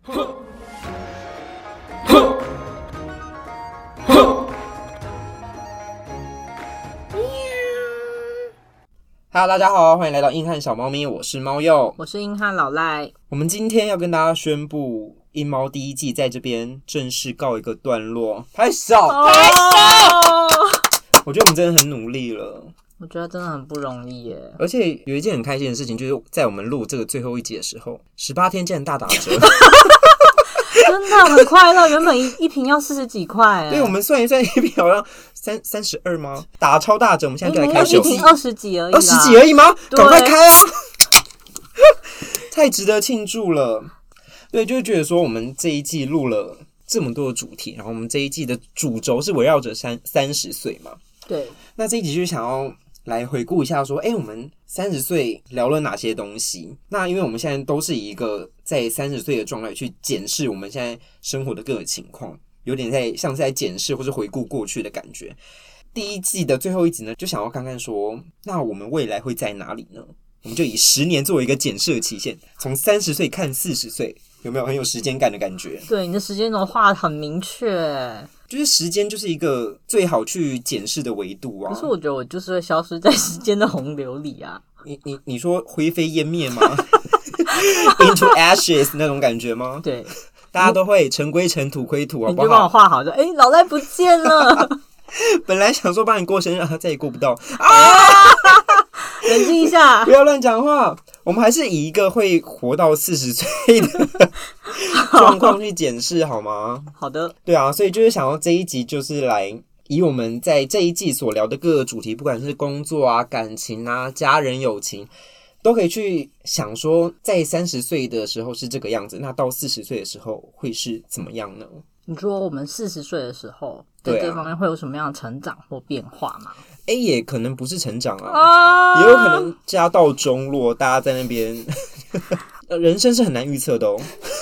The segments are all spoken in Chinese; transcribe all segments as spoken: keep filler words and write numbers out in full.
Hello， 大家好，欢迎来到硬汉小猫咪，我是猫鼬， 我是硬汉老赖。 我们今天要跟大家宣布，硬猫第一季在这边正式告一个段落，拍手，拍手！我觉得我们真的很努力了。 我觉得真的很不容易耶， 而且有一件很开心的事情，就是在我们录这个最后一集的时候，十八天竟然大打折。 真的很快乐。原本 一, 一瓶要四十几块， 对，我们算一算，一瓶好像三三十二吗？打超大折，我们现在就来开始。 一瓶二十几而已， 二十几而已吗？赶快开啊！太值得庆祝了。对，就觉得说我们这一季录了这么多的主题，然后我们这一季的主轴是围绕着三三十岁嘛。 对， 那这一集就想要来回顾一下说，哎、欸，我们三十岁聊了哪些东西？那因为我们现在都是以一个在三十岁的状态去检视我们现在生活的各个情况，有点在像是在检视或是回顾过去的感觉。第一季的最后一集呢，就想要看看说，那我们未来会在哪里呢？我们就以十年作为一个检视的期限，从三十岁看四十岁，有没有很有时间感的感觉？ 对，你的时间轴画得很明确。 就是时间就是一个最好去检视的维度啊。 可是我觉得我就是会消失在时间的洪流里啊。 你你你说灰飞烟灭吗？Into ashes 那种感觉吗？ 对， 大家都会尘归尘，土归土，好不好？ 你就帮我画好，就哎、欸，老赖不见了。 本来想说帮你过生日，啊，再也过不到啊！ 冷静一下， 不要乱讲话。我们还是以一个会活到四十岁的状况去检视，好吗？ 好的。 对啊，所以就是想要这一集就是来以我们在这一季所聊的各个主题，不管是工作啊、感情啊、家人、友情，都可以去想说，在三十岁的时候是这个样子，那到四十岁的时候会是怎么样呢？ 你说我们四十岁的时候，在这方面会有什么样的成长或变化吗？ A 也可能不是成长啊， 啊也有可能家道中落，大家在那边，人生是很难预测的哦。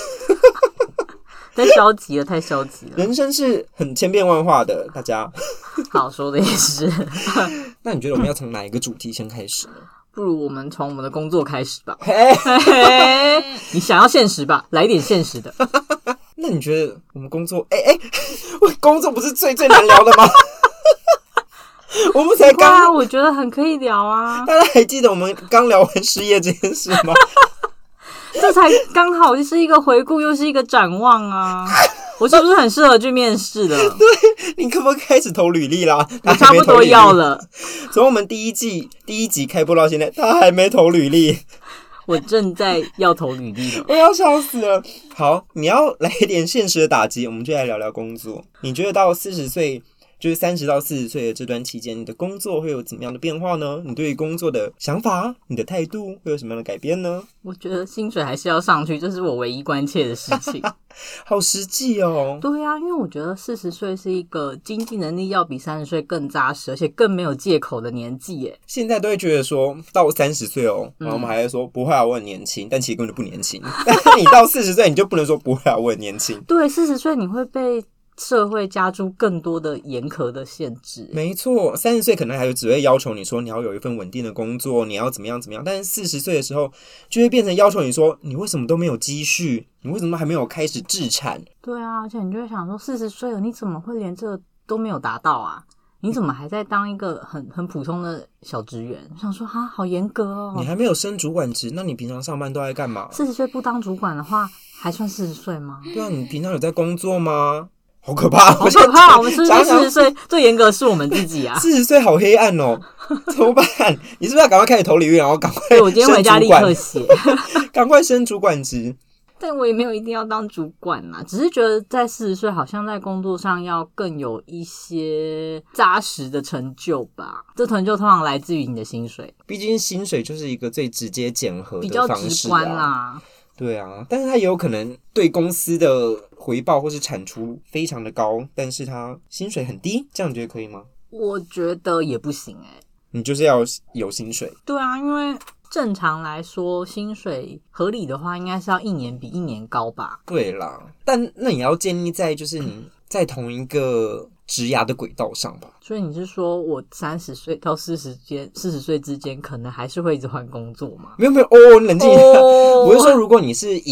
太消极了，太消极了。 人生是很千变万化的，大家。 好，说的也是。 那你觉得我们要从哪一个主题先开始呢？ 不如我们从我们的工作开始吧。 嘿嘿，你想要现实吧？来点现实的。 那你觉得我们工作，哎、欸、哎、欸，工作不是最最难聊的吗？我们才刚、 啊，我觉得很可以聊啊。 大家还记得我们刚聊完失业这件事吗？ 这才刚好就是一个回顾，又是一个展望啊。我是不是很适合去面试的？ 对，你可不可以开始投履历啦？ 我差不多要了。 从我们第一季第一集开播到现在，他还没投履历。 我正在要投履历了， 我要笑死了。好，你要来一点现实的打击，我们就来聊聊工作。你觉得到四十岁，就是三十到四十岁的这段期间，你的工作会有怎么样的变化呢？你对于工作的想法、你的态度会有什么样的改变呢？ 我觉得薪水还是要上去，这是我唯一关切的事情。 好实际哦。对啊，因为我觉得四十岁是一个经济能力要比三十岁更扎实，而且更没有借口的年纪耶。 现在都会觉得说到三十岁哦，然后我们还会说、嗯、不会啊，我很年轻，但其实根本就不年轻。但是你到四十岁，你就不能说不会啊，我很年轻。 对，四十岁你会被社会加诸更多的严苛的限制。 没错，三十岁可能还只会要求你说你要有一份稳定的工作，你要怎么样怎么样。但是四十岁的时候，就会变成要求你说你为什么都没有积蓄，你为什么还没有开始置产？ 对啊，而且你就会想说，四十岁了，你怎么会连这个都没有达到啊？你怎么还在当一个很很普通的小职员？想说哈，好严格哦。 你还没有升主管职，那你平常上班都在干嘛？ 四十岁不当主管的话，还算四十岁吗？ 对啊，你平常有在工作吗？好可怕！ 好可怕！我们是不是四十岁最严格的是我们自己啊？ 四十岁好黑暗哦，怎么办？你是不是要赶快开始投履历，然后赶快？ 对，我今天回家立刻写， 赶快升主管职。 但我也没有一定要当主管啦，只是觉得在四十岁好像在工作上要更有一些扎实的成就吧。这成就通常来自于你的薪水， 毕竟薪水就是一个最直接检核的方式、啊、 比较直观啦。 对啊，但是它也有可能对公司的回报或是产出非常的高，但是它薪水很低，这样你觉得可以吗？ 我觉得也不行欸。 你就是要有薪水。 对啊，因为正常来说薪水合理的话应该是要一年比一年高吧。 对啦，但那也要建立在就是你在同一个职涯的轨道上吧。 所以你是说我三十岁到四十间四十岁之间可能还是会一直换工作吗？ 没有没有哦，你冷静一下。Oh. 我是说如果你是以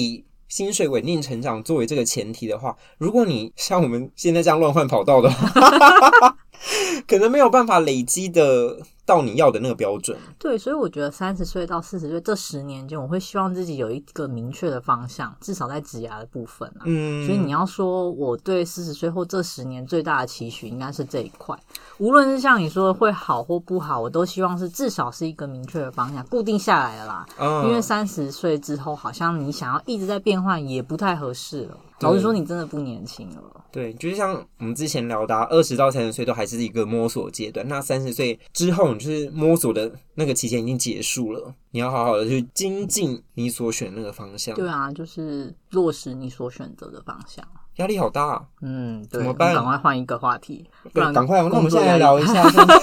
薪水稳定成长作为这个前提的话，如果你像我们现在这样乱换跑道的话可能没有办法累积的到你要的那个标准。 对，所以我觉得三十岁到四十岁这十年间，我会希望自己有一个明确的方向，至少在职涯的部分啊。嗯，所以你要说我对四十岁或这十年最大的期许，应该是这一块。无论是像你说的会好或不好，我都希望是至少是一个明确的方向，固定下来了啦。嗯、因为三十岁之后，好像你想要一直在变换，也不太合适了。老实说，你真的不年轻了。 对，就是像我们之前聊的、啊，二十到三十岁都还是一个摸索阶段。那三十岁之后，你就是摸索的那个期间已经结束了，你要好好的去精进你所选的那个方向。 对啊，就是落实你所选择的方向。 压力好大、啊， 嗯，对， 怎么办？ 赶快换一个话题，不然赶快。那我们现在来聊一下，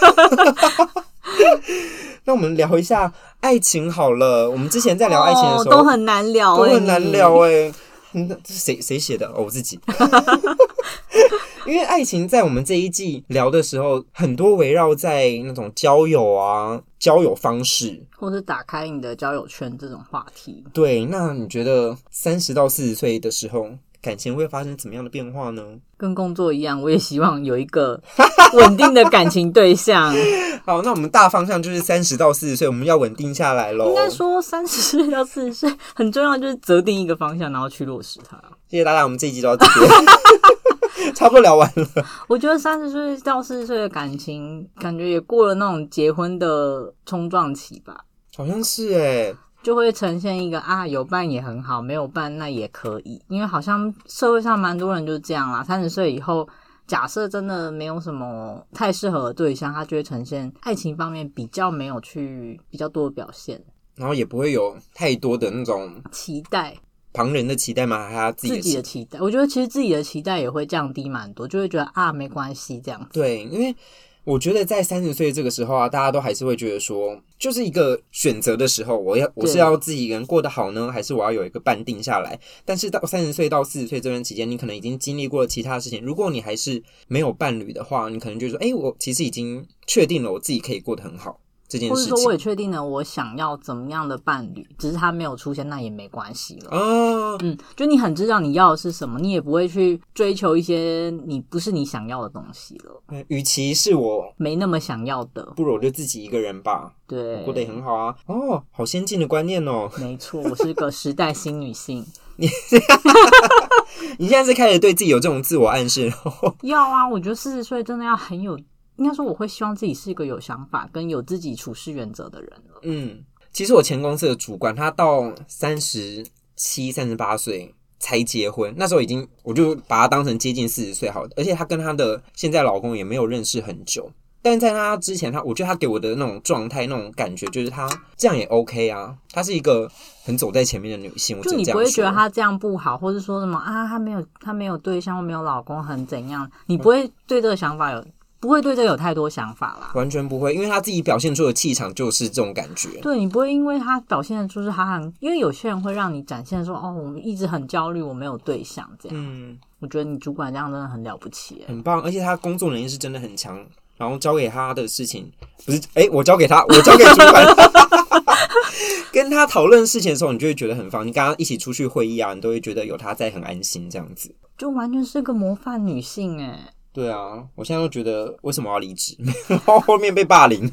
那我们聊一下爱情好了。我们之前在聊爱情的时候，哦、 都很难聊、欸， 都很难聊哎、欸。嗯，这是谁谁写的？哦，我自己。因为爱情在我们这一季聊的时候，很多围绕在那种交友啊、交友方式， 或是打开你的交友圈这种话题。 对，那你觉得三十到四十岁的时候，感情会发生怎么样的变化呢？ 跟工作一样，我也希望有一个稳定的感情对象。 好，那我们大方向就是三十到四十岁，我们要稳定下来咯。 应该说三十岁到四十岁很重要，就是择定一个方向，然后去落实它。 谢谢大家，我们这一集就到这边。差不多聊完了。 我觉得三十岁到四十岁的感情，感觉也过了那种结婚的冲撞期吧。 好像是耶， 就会呈现一个啊，有伴也很好，没有伴那也可以。因为好像社会上蛮多人就是这样啦。三十岁以后，假设真的没有什么太适合的对象，他就会呈现爱情方面比较没有去比较多的表现， 然后也不会有太多的那种期待。 旁人的期待吗？还是他自己的期待？ 自己的期待，我觉得其实自己的期待也会降低蛮多，就会觉得啊没关系这样子。 对，因为我觉得在三十岁这个时候啊，大家都还是会觉得说，就是一个选择的时候，我要我是要自己一个人过得好呢，还是我要有一个伴定下来？但是到三十岁到四十岁这段期间，你可能已经经历过了其他事情。如果你还是没有伴侣的话，你可能就说，哎，我其实已经确定了我自己可以过得很好。这件事情， 或者说我也确定了我想要怎么样的伴侣，只是他没有出现，那也没关系了。 哦， 嗯，就你很知道你要的是什么，你也不会去追求一些你不是你想要的东西了。 与其是我没那么想要的， 不如我就自己一个人吧。 对， 过得也很好啊。哦，好先进的观念哦。 没错，我是个时代新女性。 你你现在是开始对自己有这种自我暗示了？ 要啊，我觉得四十岁真的要很有。应该说我会希望自己是一个有想法跟有自己处事原则的人了。 嗯，其实我前公司的主管他到三十七、三十八岁才结婚，那时候已经我就把他当成接近四十岁好了，而且他跟他的现在老公也没有认识很久。但是在他之前，他我觉得他给我的那种状态、那种感觉，就是他这样也 OK 啊。她是一个很走在前面的女性，我只能这样说。就你不会觉得他这样不好，或是说什么啊，他没有他没有对象，或没有老公，很怎样？你不会对这个想法有？不会对这有太多想法啦， 完全不会，因为他自己表现出的气场就是这种感觉。 对，你不会因为他表现的就是他很，因为有些人会让你展现说，哦，我们一直很焦虑，我没有对象这样。嗯，我觉得你主管这样真的很了不起， 很棒，而且他工作能力是真的很强。然后交给他的事情，不是哎，我交给他，我交给主管。跟他讨论事情的时候，你就会觉得很放。你跟他一起出去会议啊，你都会觉得有他在，很安心这样子。 就完全是个模范女性哎。 对啊，我现在都觉得为什么要离职？后面被霸凌。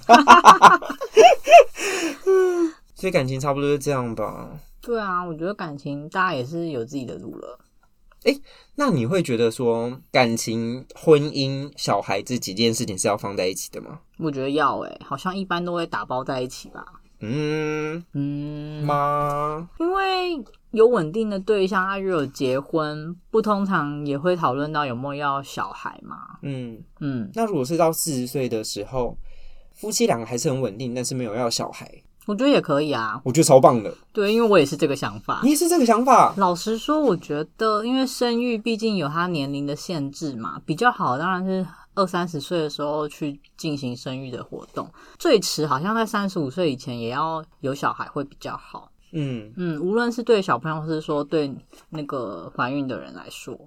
所以感情差不多是这样吧。 对啊，我觉得感情大家也是有自己的路了。 诶，那你会觉得说感情、婚姻、小孩这几件事情是要放在一起的吗？ 我觉得要诶、欸，好像一般都会打包在一起吧。 嗯嗯吗？ 因为有稳定的对象，他如果结婚，不通常也会讨论到有没有要小孩嘛。 嗯嗯。那如果是到四十岁的时候，夫妻两个还是很稳定，但是没有要小孩， 我觉得也可以啊。 我觉得超棒的。 对，因为我也是这个想法。 你也是这个想法？ 老实说，我觉得因为生育毕竟有它年龄的限制嘛，比较好当然是二三十岁的时候去进行生育的活动，最迟好像在三十五岁以前也要有小孩会比较好。嗯嗯，无论是对小朋友，或是说对那个怀孕的人来说。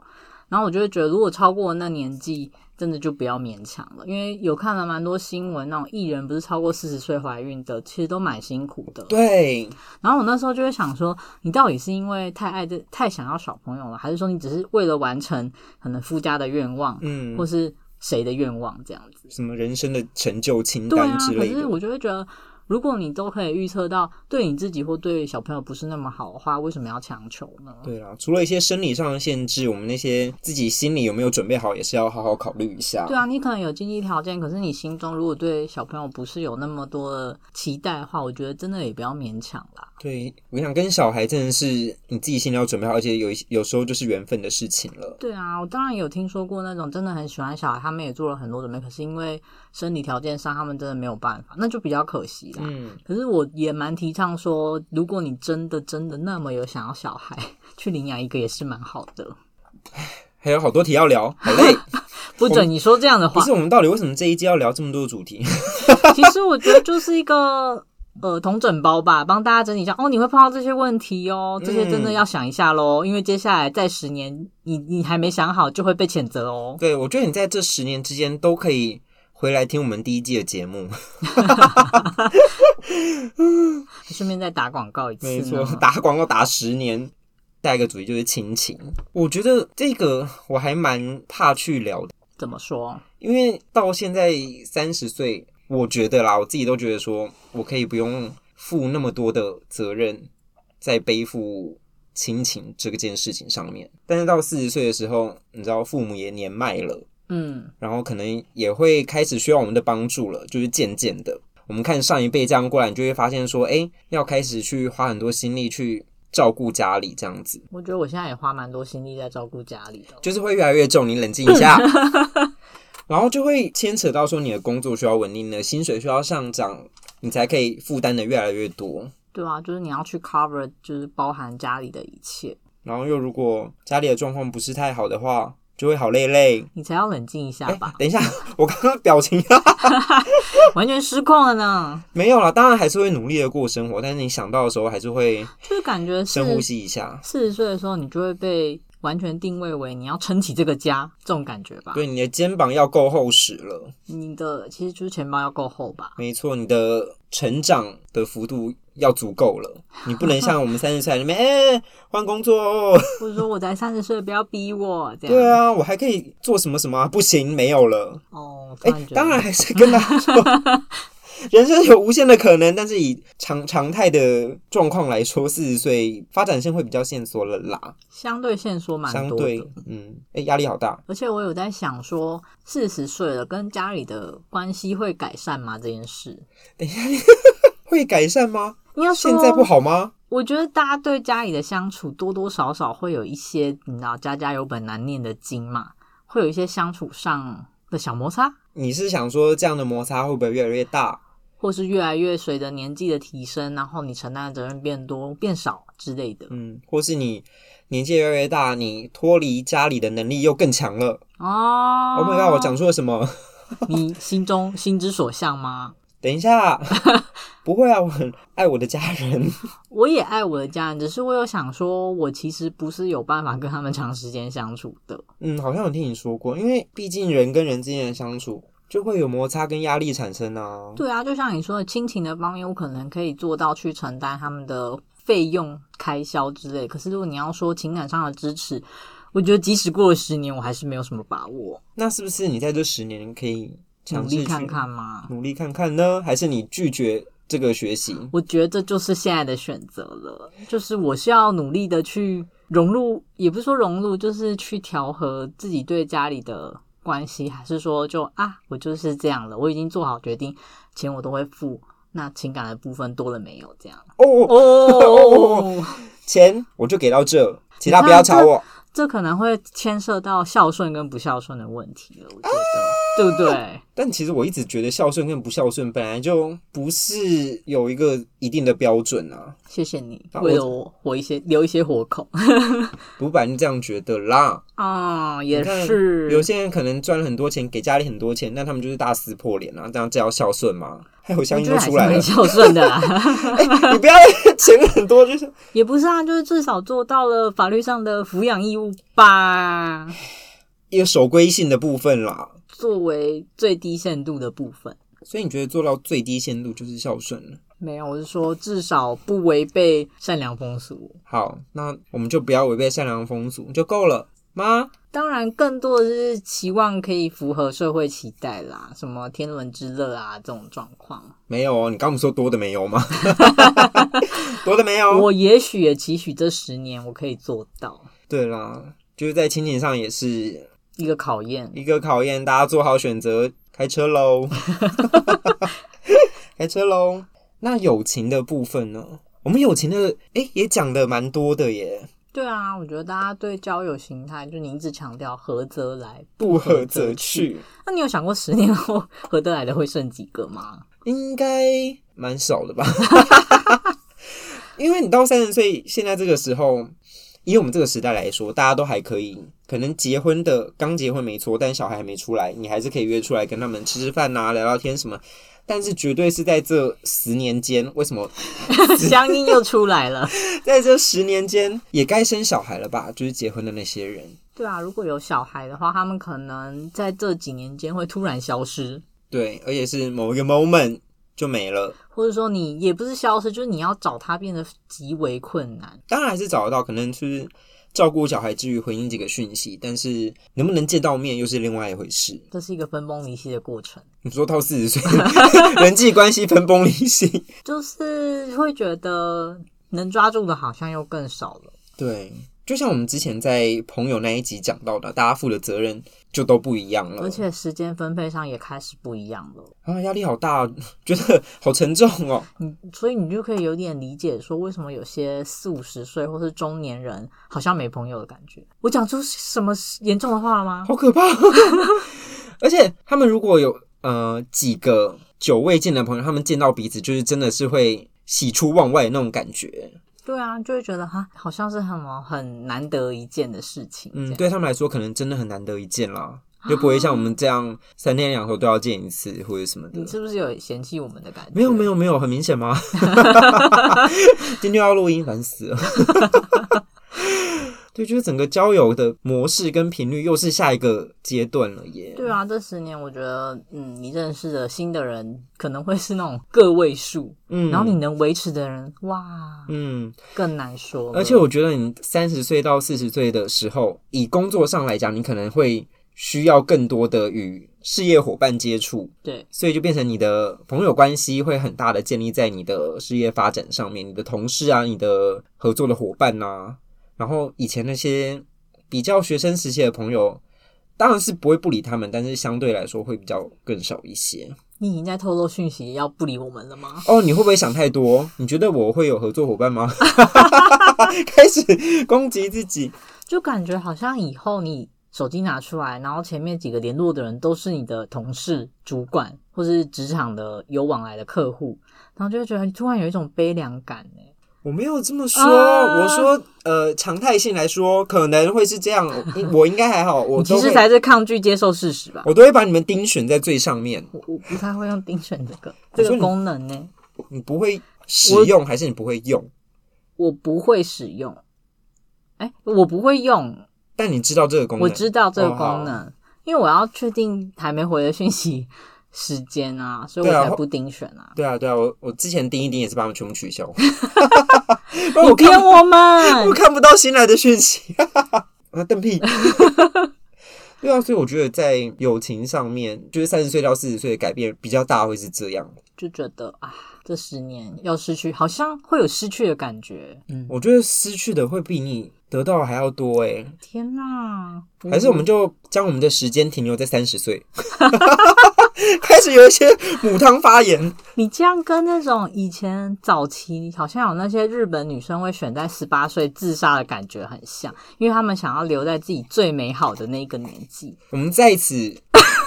然后我就会觉得如果超过那年纪真的就不要勉强了，因为有看了蛮多新闻，那种艺人不是超过四十岁怀孕的，其实都蛮辛苦的。 对。 然后我那时候就会想说，你到底是因为太爱这太想要小朋友了，还是说你只是为了完成可能夫家的愿望，嗯，或是谁的愿望这样子？ 什么人生的成就清单之类的。 对啊，可是我就会觉得，如果你都可以预测到对你自己或对小朋友不是那么好的话，为什么要强求呢？ 对啦，除了一些生理上的限制，我们那些自己心里有没有准备好也是要好好考虑一下。 对啊，你可能有经济条件，可是你心中如果对小朋友不是有那么多的期待的话，我觉得真的也不要勉强啦。 对，我想跟小孩真的是你自己心里要准备好，而且有有时候就是缘分的事情了。 对啊，我当然有听说过那种真的很喜欢小孩，他们也做了很多准备，可是因为生理条件上他们真的没有办法，那就比较可惜啦。嗯，可是我也蛮提倡说，如果你真的真的那么有想要小孩，去领养一个也是蛮好的。 还有好多题要聊，好累。 不准你说这样的话。 不是，我们到底为什么这一季要聊这么多主题？ 其实我觉得就是一个呃统整包吧，帮大家整理一下。哦，你会碰到这些问题哦，这些真的要想一下咯、嗯、因为接下来在十年，你你还没想好就会被谴责哦。 对，我觉得你在这十年之间都可以回来听我们第一季的节目。 顺便再打广告一次。 没错，打广告打十年。下一个主题就是亲情，我觉得这个我还蛮怕去聊的。 怎么说？ 因为到现在三十岁，我觉得啦，我自己都觉得说我可以不用负那么多的责任在背负亲情这个件事情上面。但是到四十岁的时候，你知道父母也年迈了，嗯，然后可能也会开始需要我们的帮助了，就是渐渐的，我们看上一辈这样过来，你就会发现说，哎，要开始去花很多心力去照顾家里这样子。 我觉得我现在也花蛮多心力在照顾家里的， 就是会越来越重，你冷静一下。然后就会牵扯到说你的工作需要稳定，你的薪水需要上涨，你才可以负担的越来越多。 对啊，就是你要去 cover 就是包含家里的一切。 然后又如果家里的状况不是太好的话，就会好累累。 你才要冷静一下吧。 等一下，我刚刚表情完全失控了呢。 没有啦，当然还是会努力的过生活，但是你想到的时候还是会就是感觉深呼吸一下。 四十岁的时候，你就会被完全定位为你要撑起这个家，这种感觉吧。 对，你的肩膀要够厚实了。 你的其实就是钱包要够厚吧。 没错，你的成长的幅度要足够了，你不能像我们三十岁那边，哎，换工作哦， 或者说我才三十岁，不要逼我这样。 对啊，我还可以做什么什么、啊，不行，没有了。 哦， 哎，当然还是跟大家说，人生有无限的可能，但是以常常态的状况来说，四十岁发展性会比较限缩了啦， 相对限缩蛮多的。 相对，嗯，哎，压力好大。 而且我有在想说，四十岁了，跟家里的关系会改善吗？这件事， 等一下，会改善吗？ 你要说现在不好吗？ 我觉得大家对家里的相处多多少少会有一些，你知道，家家有本难念的经嘛，会有一些相处上的小摩擦。 你是想说这样的摩擦会不会越来越大？ 或是越来越随着年纪的提升，然后你承担的责任变多变少之类的。 嗯，或是你年纪越来越大，你脱离家里的能力又更强了。哦 ，Oh my god， 我讲错了什么？ 你心中心之所向吗？ 等一下，不会啊，我很爱我的家人。 我也爱我的家人，只是我有想说，我其实不是有办法跟他们长时间相处的。 嗯，好像有听你说过，因为毕竟人跟人之间的相处就会有摩擦跟压力产生啊。 对啊，就像你说的，亲情的方面，我可能可以做到去承担他们的费用开销之类。可是如果你要说情感上的支持，我觉得即使过了十年，我还是没有什么把握。 那是不是你在这十年可以努力看看吗？ 努力看看呢？还是你拒绝这个学习？ 我觉得这就是现在的选择了，就是我是要努力的去融入，也不是说融入，就是去调和自己对家里的关系，还是说就啊，我就是这样了，我已经做好决定，钱我都会付，那情感的部分多了没有？这样哦哦哦，钱我就给到这，其他不要吵我。 这可能会牵涉到孝顺跟不孝顺的问题了，我觉得。 对不对？ 但其实我一直觉得孝顺跟不孝顺本来就不是有一个一定的标准啊。 谢谢你为了我活一些留一些活口。 不本来就这样觉得啦。 啊、哦，也是。 有些人可能赚了很多钱，给家里很多钱，但他们就是大撕破脸啊，这样这要孝顺吗？还有乡音都出来了， 蛮孝顺的啦。 欸、你不要钱很多就是也不是啊，就是至少做到了法律上的抚养义务吧， 一个守规性的部分啦， 作为最低限度的部分。 所以你觉得做到最低限度就是孝顺了？ 没有，我是说至少不违背善良风俗。 好，那我们就不要违背善良风俗就够了吗？ 当然更多的是期望可以符合社会期待啦，什么天伦之乐啊这种状况。 没有哦，你刚不说多的没有吗？多的没有。 我也许也期许这十年我可以做到。 对啦，就是在亲情上也是一个考验， 一个考验，大家做好选择，开车咯。开车咯。那友情的部分呢？我们友情的诶也讲的蛮多的耶。 对啊，我觉得大家对交友形态，就你一直强调合则来， 不合则去。 那你有想过十年后合得来的会剩几个吗？ 应该蛮少的吧。因为你到三十岁，现在这个时候，以我们这个时代来说，大家都还可以，可能结婚的刚结婚没错，但小孩还没出来，你还是可以约出来跟他们吃吃饭啊，聊聊天什么。但是绝对是在这十年间，为什么乡音又出来了？ 在这十年间也该生小孩了吧？就是结婚的那些人。 对啊，如果有小孩的话，他们可能在这几年间会突然消失。 对，而且是某一个 moment 就没了， 或者说你也不是消失，就是你要找他变得极为困难。 当然还是找得到，可能是照顾小孩之余回应几个讯息，但是能不能见到面又是另外一回事。 这是一个分崩离析的过程。 你说到四十岁，人际关系分崩离析， 就是会觉得能抓住的好像又更少了。 对，就像我们之前在朋友那一集讲到的，大家负的责任就都不一样了， 而且时间分配上也开始不一样了啊，压力好大，觉得好沉重哦。 嗯，所以你就可以有点理解说，为什么有些四五十岁或是中年人好像没朋友的感觉。我讲出什么严重的话了吗？ 好可怕！而且他们如果有呃几个久未见的朋友，他们见到彼此，就是真的是会喜出望外的那种感觉。 对啊，就会觉得哈，好像是什么很难得一见的事情。 嗯，对他们来说，可能真的很难得一见啦，就不会像我们这样三天两头都要见一次或者什么的。 你是不是有嫌弃我们的感觉？ 没有，没有，没有，很明显吗？今天要录音，烦死了。对，就是整个交友的模式跟频率又是下一个阶段了耶。 对啊，这十年我觉得，嗯，你认识的新的人可能会是那种个位数，嗯，然后你能维持的人，哇，嗯，更难说了。 而且我觉得你三十岁到四十岁的时候，以工作上来讲，你可能会需要更多的与事业伙伴接触， 对， 所以就变成你的朋友关系会很大的建立在你的事业发展上面，你的同事啊，你的合作的伙伴啊。然后以前那些比较学生时期的朋友，当然是不会不理他们，但是相对来说会比较更少一些。 你已经在透露讯息要不理我们了吗？ 哦，你会不会想太多？你觉得我会有合作伙伴吗？开始攻击自己， 就感觉好像以后你手机拿出来，然后前面几个联络的人都是你的同事、主管，或是职场的有往来的客户，然后就会觉得突然有一种悲凉感耶。 我没有这么说，啊、我说呃，常态性来说可能会是这样，我应该还好，我都其实才是抗拒接受事实吧。 我都会把你们盯选在最上面。 我我不太会用盯选这个这个功能呢。 你不会使用还是你不会用？ 我不会使用，哎、欸，我不会用， 但你知道这个功能？ 我知道这个功能，哦、因为我要确定还没回的讯息。时间啊，所以我才不盯选啊。 对啊，对啊，我我之前盯一盯也是把他们全部取消。 你骗我们， 我看不到新来的讯息。啊，瞪屁。对啊，所以我觉得在友情上面，就是三十岁到四十岁的改变比较大，会是这样。 就觉得啊，这十年要失去，好像会有失去的感觉。 嗯，我觉得失去的会比你得到的还要多哎、欸。 天哪！ 还是我们就将我们的时间停留在三十岁。开始有一些母汤发言。 你这样跟那种以前早期好像有那些日本女生会选在十八岁自杀的感觉很像，因为他们想要留在自己最美好的那个年纪。 我们在此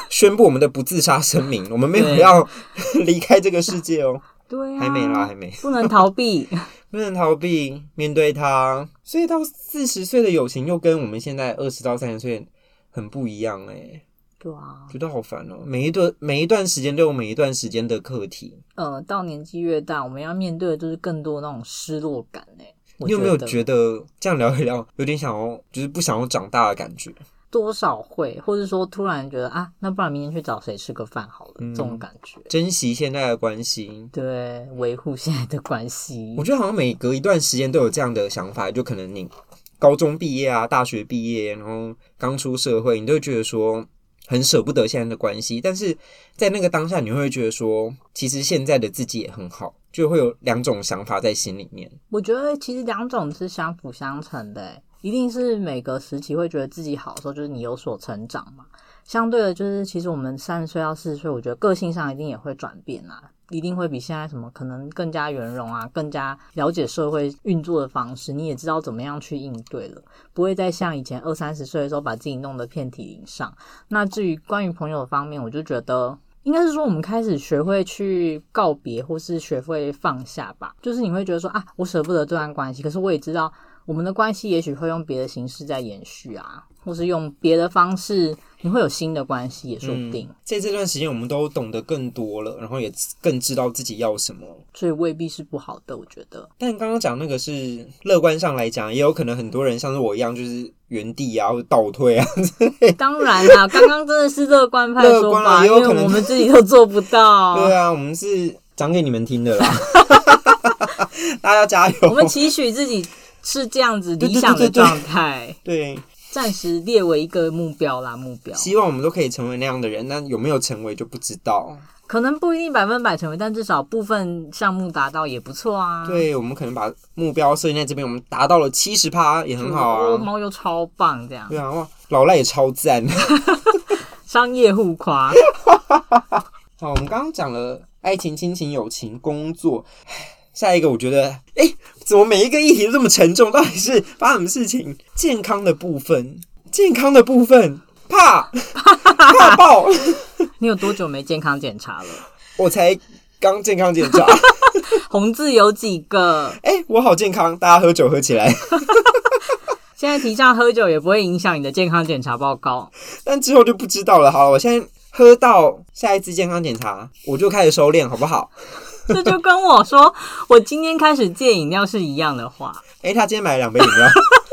宣布我们的不自杀声明，我们没有要离开这个世界哦。 对啊， 还没啦，还没， 不能逃避， 不能逃避，面对它。所以到四十岁的友情又跟我们现在二十到三十岁很不一样哎、欸。 对啊， 觉得好烦哦、喔。每一段每一段时间都有每一段时间的课题。 呃，到年纪越大，我们要面对的就是更多那种失落感哎、欸。 你有没有觉得这样聊一聊，有点想要，就是不想要长大的感觉？ 多少会，或者说突然觉得啊，那不然明天去找谁吃个饭好了、嗯，这种感觉。 珍惜现在的关系， 对，维护现在的关系。 我觉得好像每隔一段时间都有这样的想法，就可能你高中毕业啊，大学毕业，然后刚出社会，你都会觉得说很舍不得现在的关系，但是在那个当下，你会觉得说，其实现在的自己也很好，就会有两种想法在心里面。 我觉得其实两种是相辅相成的耶，一定是每个时期会觉得自己好的时候，就是你有所成长嘛。相对的，就是其实我们三十岁到四十岁，我觉得个性上一定也会转变啊，一定会比现在什么可能更加圆融啊，更加了解社会运作的方式，你也知道怎么样去应对了，不会再像以前二三十岁的时候把自己弄得遍体鳞伤。那至于关于朋友的方面，我就觉得应该是说我们开始学会去告别，或是学会放下吧。就是你会觉得说啊，我舍不得这段关系，可是我也知道我们的关系也许会用别的形式在延续啊，或是用别的方式，你会有新的关系也说不定、嗯、 在这段时间我们都懂得更多了，然后也更知道自己要什么， 所以未必是不好的，我觉得。 但刚刚讲那个是乐观上来讲，也有可能很多人像是我一样就是原地啊或者倒退啊当然啦，刚刚真的是乐观派说法，因为我们自己都做不到对啊，我们是讲给你们听的啦大家要加油， 我们期许自己是这样子理想的状态， 对， 暂时列为一个目标啦，目标。 希望我们都可以成为那样的人，但有没有成为就不知道。 可能不一定百分百成为，但至少部分项目达到也不错啊。 对，我们可能把目标设定在这边，我们达到了 百分之七十 也很好啊。 猫又超棒，这样。 对啊，哇，老赖也超赞。 商业互夸。 好，我们刚刚讲了爱情、亲情、友情、工作。下一个我觉得诶怎么每一个议题都这么沉重，到底是发生什么事情？健康的部分健康的部分怕怕爆你有多久没健康检查了？ 我才刚健康检查红字有几个？ 诶我好健康，大家喝酒喝起来现在提倡喝酒也不会影响你的健康检查报告， 但之后就不知道了。好了，我现在喝到下一次健康检查我就开始收敛好不好？ 这就跟我说我今天开始戒饮料是一样的话。 诶他今天买了两杯饮料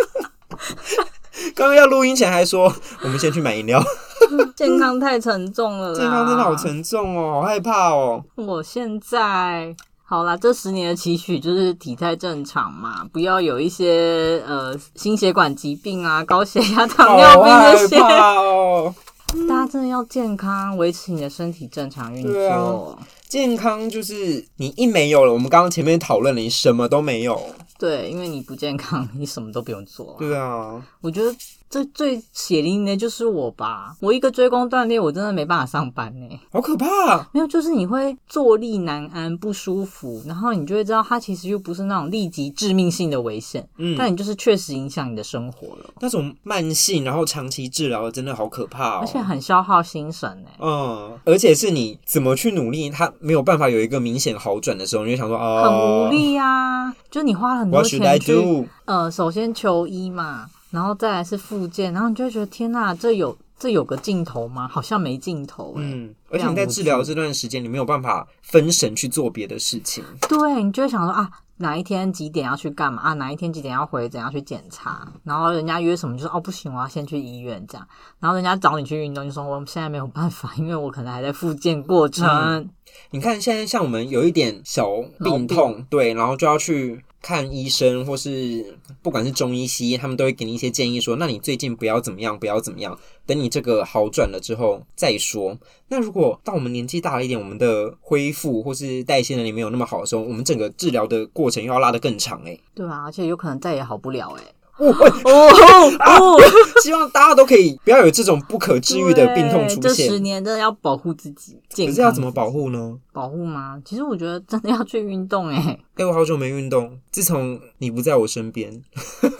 刚刚要录音前还说我们先去买饮料健康太沉重了啦， 健康真的好沉重哦，好害怕哦。 我现在好啦，这十年的期许就是体态正常嘛，不要有一些呃心血管疾病啊、高血压、糖尿病这些。 好害怕哦。 大家真的要健康，维持你的身体正常运作。 健康就是你一没有了，我们刚刚前面讨论了，你什么都没有。 对，因为你不健康，你什么都不用做、啊。 对啊， 我觉得这最血淋淋的就是我吧。我一个椎弓断裂，我真的没办法上班呢、欸， 好可怕。 没有，就是你会坐立难安、不舒服，然后你就会知道它其实又不是那种立即致命性的危险，嗯，但你就是确实影响你的生活了。 那种慢性然后长期治疗的真的好可怕哦， 而且很消耗心神欸。 嗯，而且是你怎么去努力，它没有办法有一个明显好转的时候，你就想说哦， 很无力啊，就你花了很多钱去，呃，首先求医嘛，然后再来是复健，然后你就会觉得天哪，这有这有个尽头吗？好像没尽头欸。嗯， 而且你在治疗这段时间，你没有办法分神去做别的事情。 对，你就会想说啊，哪一天几点要去干嘛啊？哪一天几点要回怎样去检查？然后人家约什么就说哦不行，我要先去医院这样。然后人家找你去运动，就说我现在没有办法，因为我可能还在复健过程。嗯， 你看现在像我们有一点小病痛，对，然后就要去看医生，或是不管是中医西医，他们都会给你一些建议说，那你最近不要怎么样不要怎么样，等你这个好转了之后再说。那如果到我们年纪大了一点，我们的恢复或是代谢能力没有那么好的时候，我们整个治疗的过程又要拉得更长欸。 对啊，而且有可能再也好不了欸。 哦哦哦！希望大家都可以不要有这种不可治愈的病痛出现。 这十年真的要保护自己，健康自己。 可是要怎么保护呢？ 保护吗？其实我觉得真的要去运动欸。 欸我好久没运动，自从你不在我身边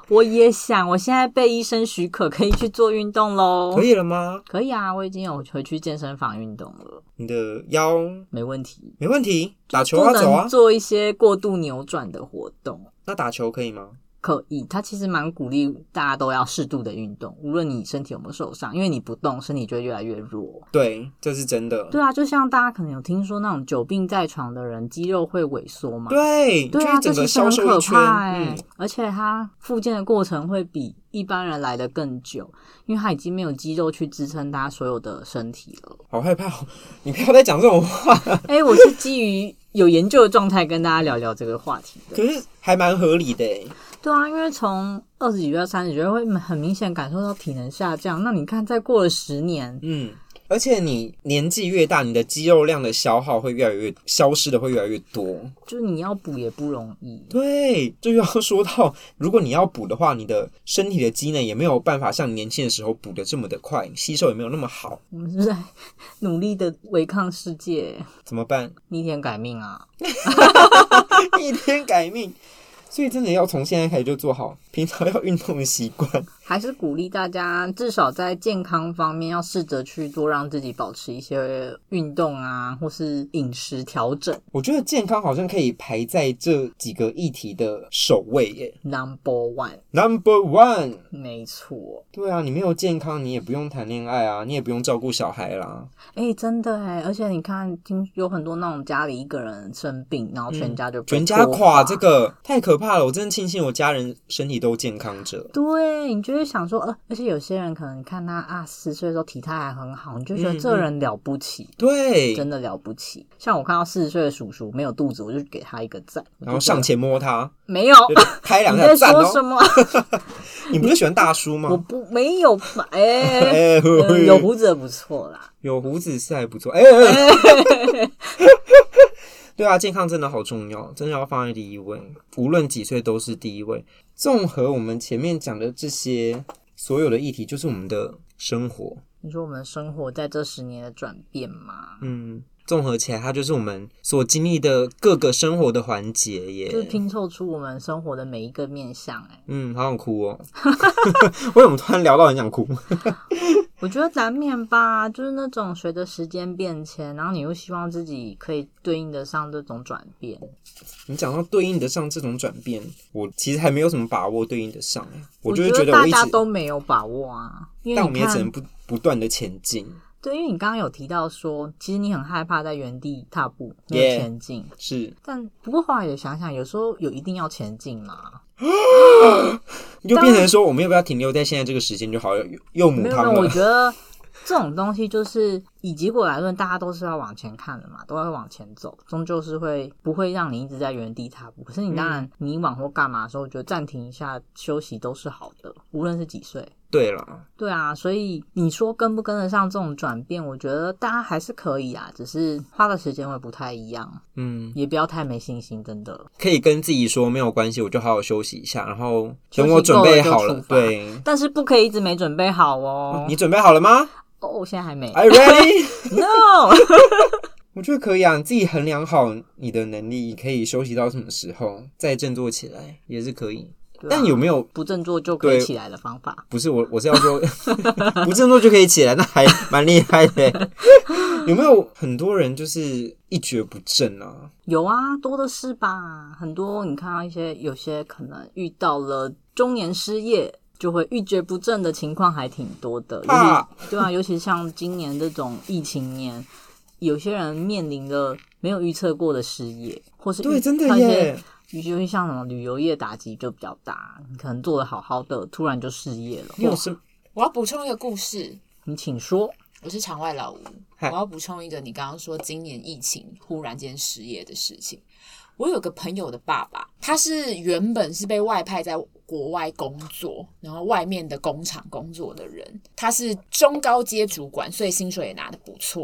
我也想，我现在被医生许可可以去做运动咯。 可以了吗？ 可以啊，我已经有回去健身房运动了。 你的腰没问题， 没问题，打球啊，走啊， 不能做一些过度扭转的活动。 那打球可以吗？ 可以，他其实蛮鼓励大家都要适度的运动，无论你身体有没有受伤，因为你不动，身体就会越来越弱。 对，这是真的。 对啊，就像大家可能有听说那种久病在床的人，肌肉会萎缩嘛。 对， 对啊， 整个这其实很可消瘦一圈。 怕哎、欸嗯， 而且它复健的过程会比一般人来得更久，因为他已经没有肌肉去支撑他所有的身体了。 好害怕、哦，你不要再讲这种话。 哎、欸，我是基于有研究的状态跟大家聊聊这个话题的。 可是还蛮合理的哎。 对啊，因为从二十几岁到三十几岁会很明显感受到体能下降。那你看，再过了十年， 嗯，而且你年纪越大，你的肌肉量的消耗会越来越消失的会越来越多， 就是你要补也不容易。 对，这就要说到，如果你要补的话，你的身体的机能也没有办法像年轻的时候补的这么的快，吸收也没有那么好。 我们是在努力的违抗世界， 怎么办？ 逆天改命啊！ 逆天改命。所以真的要从现在开始就做好平常要运动的习惯， 还是鼓励大家至少在健康方面要试着去多让自己保持一些运动啊，或是饮食调整。 我觉得健康好像可以排在这几个议题的首位耶 Number one Number one 没错。 对啊，你没有健康你也不用谈恋爱啊，你也不用照顾小孩啦。 哎、欸，真的哎，而且你看听有很多那种家里一个人生病然后全家就、嗯、 全家垮，这个太可怕了。我真的庆幸我家人身体都健康着。 对，你就会想说呃，而且有些人可能看他啊四十岁的时候体态还很好，你就觉得这人了不起、嗯嗯、对，真的了不起。像我看到四十岁的叔叔没有肚子，我就给他一个赞， 然后上前摸他， 没有拍两下赞哦。 你在说什么？ 你不是喜欢大叔吗？ 我不没有吧，哎、欸呃，有胡子的不错啦， 有胡子是还不错，哎、欸欸，对啊，健康真的好重要，真的要放在第一位，无论几岁都是第一位。综合我们前面讲的这些所有的议题，就是我们的生活。 你说我们生活在这十年的转变吗？ 嗯。综合起来，它就是我们所经历的各个生活的环节耶， 就是拼凑出我们生活的每一个面向。哎， 嗯，好想哭哦！为什么突然聊到很想哭？ 我觉得难免吧，就是那种随着时间变迁，然后你又希望自己可以对应得上这种转变。 你讲到对应得上这种转变，我其实还没有什么把握对应得上。我就是觉得我一直大家都没有把握啊，因为但我们也只能不不断的前进。 对，因为你刚刚有提到说，其实你很害怕在原地踏步，没有前进。Yeah, 是， 但不过后来也想想，有时候有一定要前进嘛。 就变成说，我们要不要停留在现在这个时间就好？又母汤了。 没有，我觉得这种东西就是以结果来论，大家都是要往前看的嘛，都要往前走，终究是会不会让你一直在原地踏步。可是你当然迷惘或干嘛的时候，我觉得暂停一下休息都是好的，无论是几岁。 对啦， 对啊，所以你说跟不跟得上这种转变，我觉得大家还是可以啊，只是花的时间会不太一样。嗯，也不要太没信心，真的可以跟自己说没有关系，我就好好休息一下，然后等我准备好 了, 了对， 但是不可以一直没准备好哦。 你准备好了吗？ 哦，我现在还没。 Are you ready? No 我觉得可以啊，你自己衡量好你的能力，可以休息到什么时候再振作起来也是可以。啊、但有没有不振作就可以起来的方法？ 不是，我我是要说不振作就可以起来，那还蛮厉害的。有没有很多人就是一蹶不振啊？ 有啊，多的是吧。很多你看到一些有些可能遇到了中年失业就会一蹶不振的情况还挺多的。 啊对啊，尤其像今年这种疫情年，有些人面临了没有预测过的失业，或是对，真的耶。 尤其像什么旅游业打击就比较大，你可能做得好好的，突然就失业了。 有什么？ 我要补充一个故事， 你请说。 我是场外老吴，我要补充一个你刚刚说今年疫情忽然间失业的事情。我有个朋友的爸爸，他是原本是被外派在国外工作，然后外面的工厂工作的人，他是中高阶主管，所以薪水也拿得不错。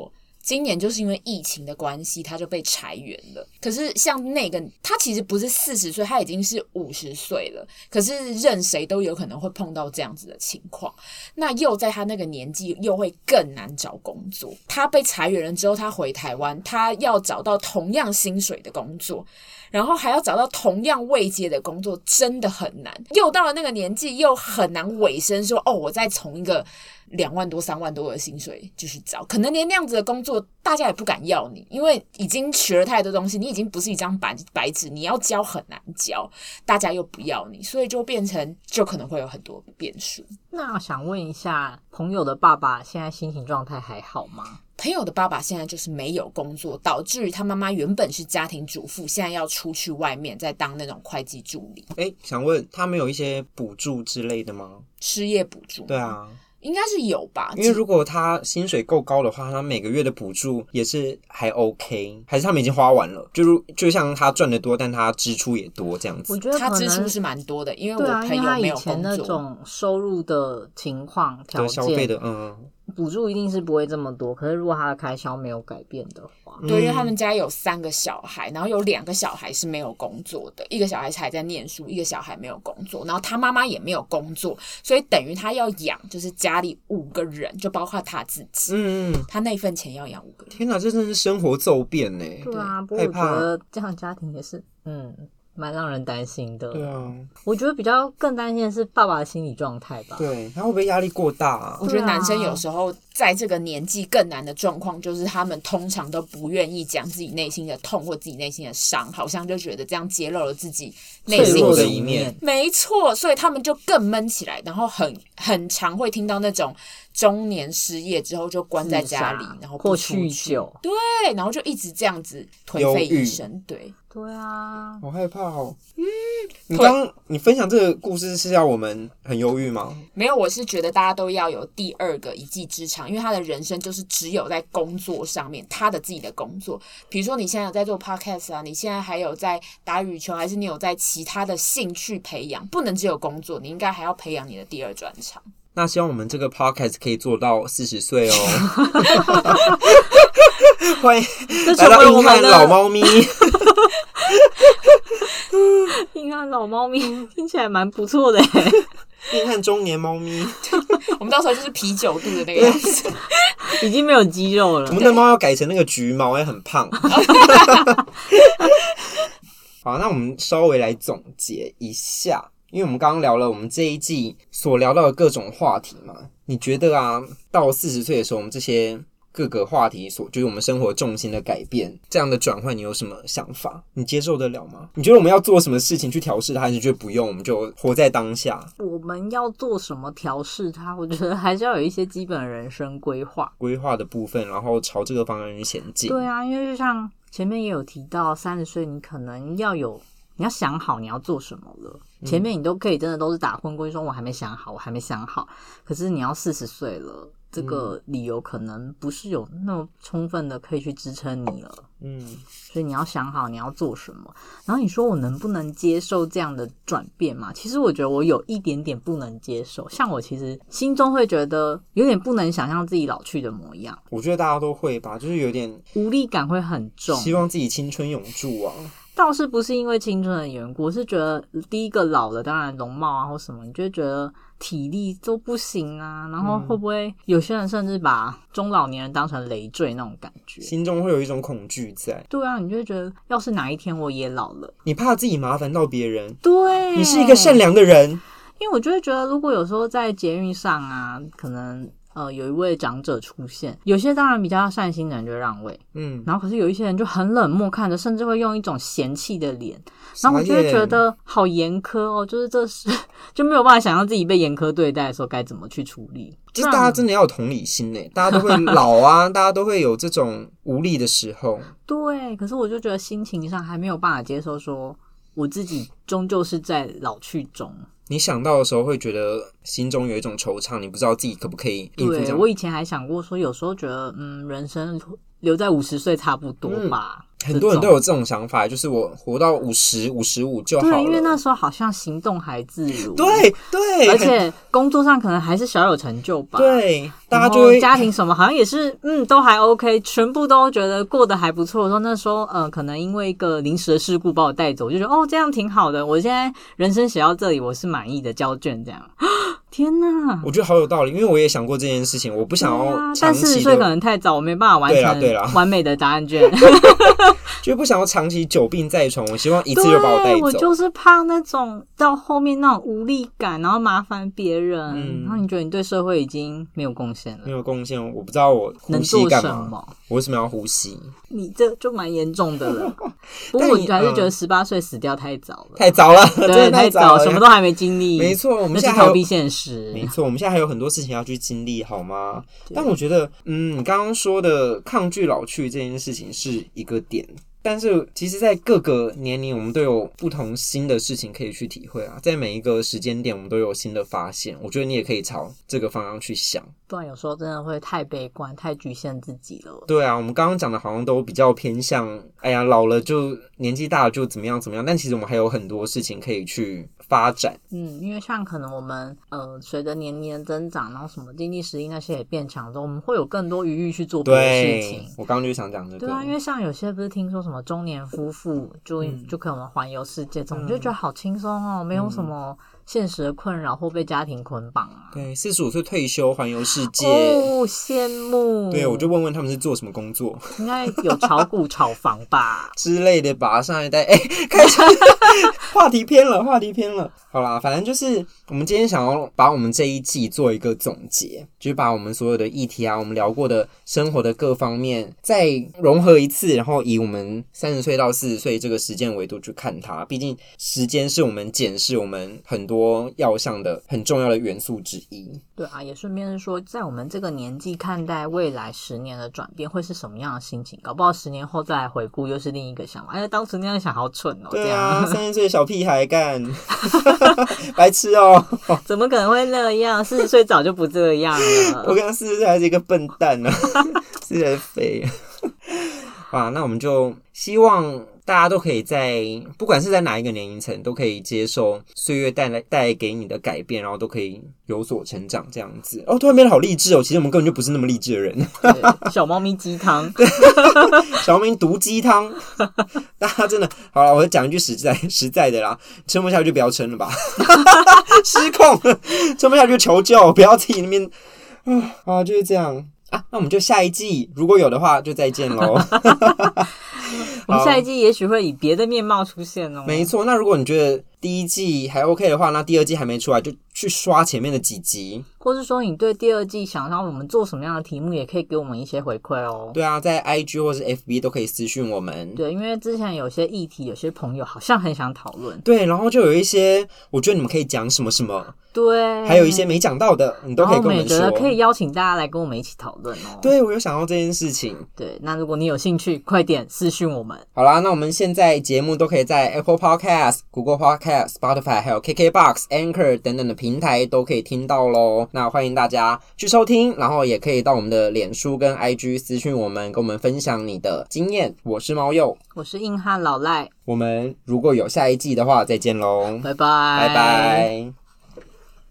今年就是因为疫情的关系，他就被裁员了。可是像那个，他其实不是四十岁，他已经是五十岁了。可是任谁都有可能会碰到这样子的情况。那又在他那个年纪，又会更难找工作。他被裁员了之后，他回台湾，他要找到同样薪水的工作，然后还要找到同样位阶的工作，真的很难。又到了那个年纪，又很难尾声说哦，我再从一个两万多、三万多的薪水继续找，可能连那样子的工作大家也不敢要你，因为已经学了太多东西，你已经不是一张白白纸，你要教很难教，大家又不要你，所以就变成就可能会有很多变数。 那想问一下，朋友的爸爸现在心情状态还好吗？ 朋友的爸爸现在就是没有工作，导致于他妈妈原本是家庭主妇，现在要出去外面再当那种会计助理。 诶，想问他没有一些补助之类的吗？ 失业补助？ 对啊， 应该是有吧， 因为如果他薪水够高的话，他每个月的补助也是还 OK， 还是他们已经花完了？就就像他赚的多，但他支出也多这样子。 我觉得他支出是蛮多的，因为我朋友没有工作， 对啊，因为他以前那种收入的情况条件， 消费的嗯。 补助一定是不会这么多，可是如果他的开销没有改变的话， 对，因为他们家有三个小孩，然后有两个小孩是没有工作的，一个小孩还在念书，一个小孩没有工作，然后他妈妈也没有工作，所以等于他要养就是家里五个人，就包括他自己，嗯，他那份钱要养五个人。 天哪，这真的是生活骤变呢。 对啊，不过我觉得这样的家庭也是，嗯。蛮让人担心的。 对啊， 我觉得比较更担心的是爸爸的心理状态吧。 对，他会不会压力过大啊？ 我觉得男生有时候在这个年纪更难的状况，就是他们通常都不愿意讲自己内心的痛或自己内心的伤，好像就觉得这样揭露了自己内心的一面。 没错，所以他们就更闷起来，然后很很常会听到那种中年失业之后就关在家里，然后不出去， 酗酒， 对，然后就一直这样子颓废一生，对。 对啊， 好害怕哦。嗯，你刚你分享这个故事是要我们很忧郁吗？ 没有，我是觉得大家都要有第二个一技之长，因为他的人生就是只有在工作上面，他的自己的工作。比如说你现在有在做 podcast 啊，你现在还有在打羽球，还是你有在其他的兴趣培养，不能只有工作，你应该还要培养你的第二专长。 那希望我们这个 podcast 可以做到四十岁哦。欢迎来到硬汉老猫咪。 硬汉老猫咪听起来蛮不错的耶。 硬汉中年猫咪。 我们到时候就是啤酒肚的那个样子。 已经没有肌肉了。 我们的猫要改成那个橘猫，也很胖。好，那我们稍微来总结一下。因为我们刚刚聊了我们这一季所聊到的各种话题嘛，你觉得啊，到四十岁的时候，我们这些各个话题所就是我们生活重心的改变，这样的转换，你有什么想法？你接受得了吗？你觉得我们要做什么事情去调试它，还是觉得不用，我们就活在当下？ 我们要做什么调试它？我觉得还是要有一些基本的人生规划， 规划的部分，然后朝这个方向去前进。 对啊，因为就像前面也有提到，三十岁你可能要有。你要想好你要做什么了，前面你都可以真的都是打混过去说我还没想好我还没想好，可是你要四十岁了，这个理由可能不是有那么充分的可以去支撑你了，嗯，所以你要想好你要做什么。然后你说我能不能接受这样的转变嘛？其实我觉得我有一点点不能接受，像我其实心中会觉得有点不能想象自己老去的模样。 我觉得大家都会吧，就是有点无力感会很重， 希望自己青春永驻啊。 倒是不是因为青春的缘故，我是觉得第一个老了，当然容貌啊或什么，你就会觉得体力都不行啊，然后会不会有些人甚至把中老年人当成累赘那种感觉， 心中会有一种恐惧在。 对啊，你就会觉得要是哪一天我也老了， 你怕自己麻烦到别人， 对， 你是一个善良的人。 因为我就会觉得如果有时候在捷运上啊，可能呃，有一位长者出现，有些当然比较善心的人就让位，嗯，然后可是有一些人就很冷漠看着，甚至会用一种嫌弃的脸，然后我就会觉得好严苛哦，就是这是就没有办法想象自己被严苛对待的时候该怎么去处理。 就是大家真的要有同理心耶，大家都会老啊，大家都会有这种无力的时候。 对，可是我就觉得心情上还没有办法接受说我自己终究是在老去中。 你想到的时候会觉得心中有一种惆怅，你不知道自己可不可以应付这样。 对，我以前还想过说有时候觉得嗯，人生留在五十岁差不多吧、 很多人都有这种想法，就是我活到五十、五十五就好了。 对，因为那时候好像行动还自如， 对对， 而且工作上可能还是小有成就吧。 对，大家就会家庭什么好像也是嗯都还 OK， 全部都觉得过得还不错。说那时候呃可能因为一个临时的事故把我带走，我就觉得哦这样挺好的，我现在人生写到这里我是满意的，交卷这样。天哪， 我觉得好有道理，因为我也想过这件事情，我不想要长期的、啊、但四十岁可能太早，我没办法完成完美的答案卷， 就不想要长期久病在床。我希望一次就把我带走。 我就是怕那种到后面那种无力感，然后麻烦别人、嗯，然后你觉得你对社会已经没有贡献了， 没有贡献，我不知道我呼吸干嘛， 能做什么？ 我为什么要呼吸？ 你这就蛮严重的了。不过我还是觉得十八岁死掉太早了， 太早了， 对， 真的太早了， 什么都还没经历。 没错，我们现在逃避现实。 没错，我们现在还有很多事情要去经历，好吗？但我觉得，嗯，你刚刚说的抗拒老去这件事情是一个点。但是其实在各个年龄我们都有不同新的事情可以去体会啊，在每一个时间点我们都有新的发现，我觉得你也可以朝这个方向去想， 不然有时候真的会太悲观太局限自己了。 对啊，我们刚刚讲的好像都比较偏向哎呀老了就年纪大了就怎么样怎么样，但其实我们还有很多事情可以去发展。 嗯，因为像可能我们呃随着年龄的增长，然后什么经济实力那些也变强之后，我们会有更多余裕去做别的事情。 我刚刚就想讲这个。 对啊，因为像有些不是听说什么中年夫妇就、嗯、就可能环游世界这种、嗯、就觉得好轻松哦，没有什么现实的困扰或被家庭捆绑啊。 对，四十五岁退休环游世界， 哦，羡慕。 对，我就问问他们是做什么工作， 应该有炒股炒房吧之类的吧。上一代哎，开始话题偏了，话题偏了。好啦，反正就是我们今天想要把我们这一季做一个总结，就是把我们所有的议题啊，我们聊过的生活的各方面再融合一次，然后以我们三十岁到四十岁这个时间维度去看它。毕竟时间是我们检视我们很多要项的很重要的元素之一。 对啊，也顺便是说，在我们这个年纪看待未来十年的转变会是什么样的心情？搞不好十年后再来回顾，又是另一个想法。哎呀，当时那样想好蠢哦。 对啊，三十岁的小屁孩干。白痴哦！ 怎么可能会那样？四十岁早就不这样了。 我刚四十岁还是一个笨蛋呢、啊，四十岁废。哇，那我们就希望大家都可以在不管是在哪一个年龄层，都可以接受岁月带来带给你的改变，然后都可以有所成长，这样子。哦，突然变得好励志哦！其实我们根本就不是那么励志的人。 小猫咪鸡汤， 小猫咪毒鸡汤。大家真的好了，我讲一句实在实在的啦，撑不下去就不要撑了吧。失控，撑不下去就求救，不要自己那边啊，就是这样。啊，那我们就下一季如果有的话就再见咯。 我们下一季也许会以别的面貌出现哦。 没错，那如果你觉得第一季还 OK 的话，那第二季还没出来就去刷前面的几集， 或是说你对第二季想让我们做什么样的题目，也可以给我们一些回馈哦。 对啊，在 I G 或是 F B 都可以私讯我们。 对，因为之前有些议题有些朋友好像很想讨论， 对，然后就有一些我觉得你们可以讲什么什么， 对， 还有一些没讲到的你都可以跟我们说， 然后我们也觉得可以邀请大家来跟我们一起讨论哦。 对，我有想到这件事情。 对，那如果你有兴趣快点私讯我们。 好啦，那我们现在节目都可以在 Apple Podcast、Google Podcast、Spotify 还有 K K B O X、Anchor 等等的平台都可以听到咯。那欢迎大家去收听，然后也可以到我们的脸书跟 I G 私讯我们，跟我们分享你的经验。我是猫鼬， 我是硬汉老赖， 我们如果有下一季的话再见咯， 拜拜， 拜拜。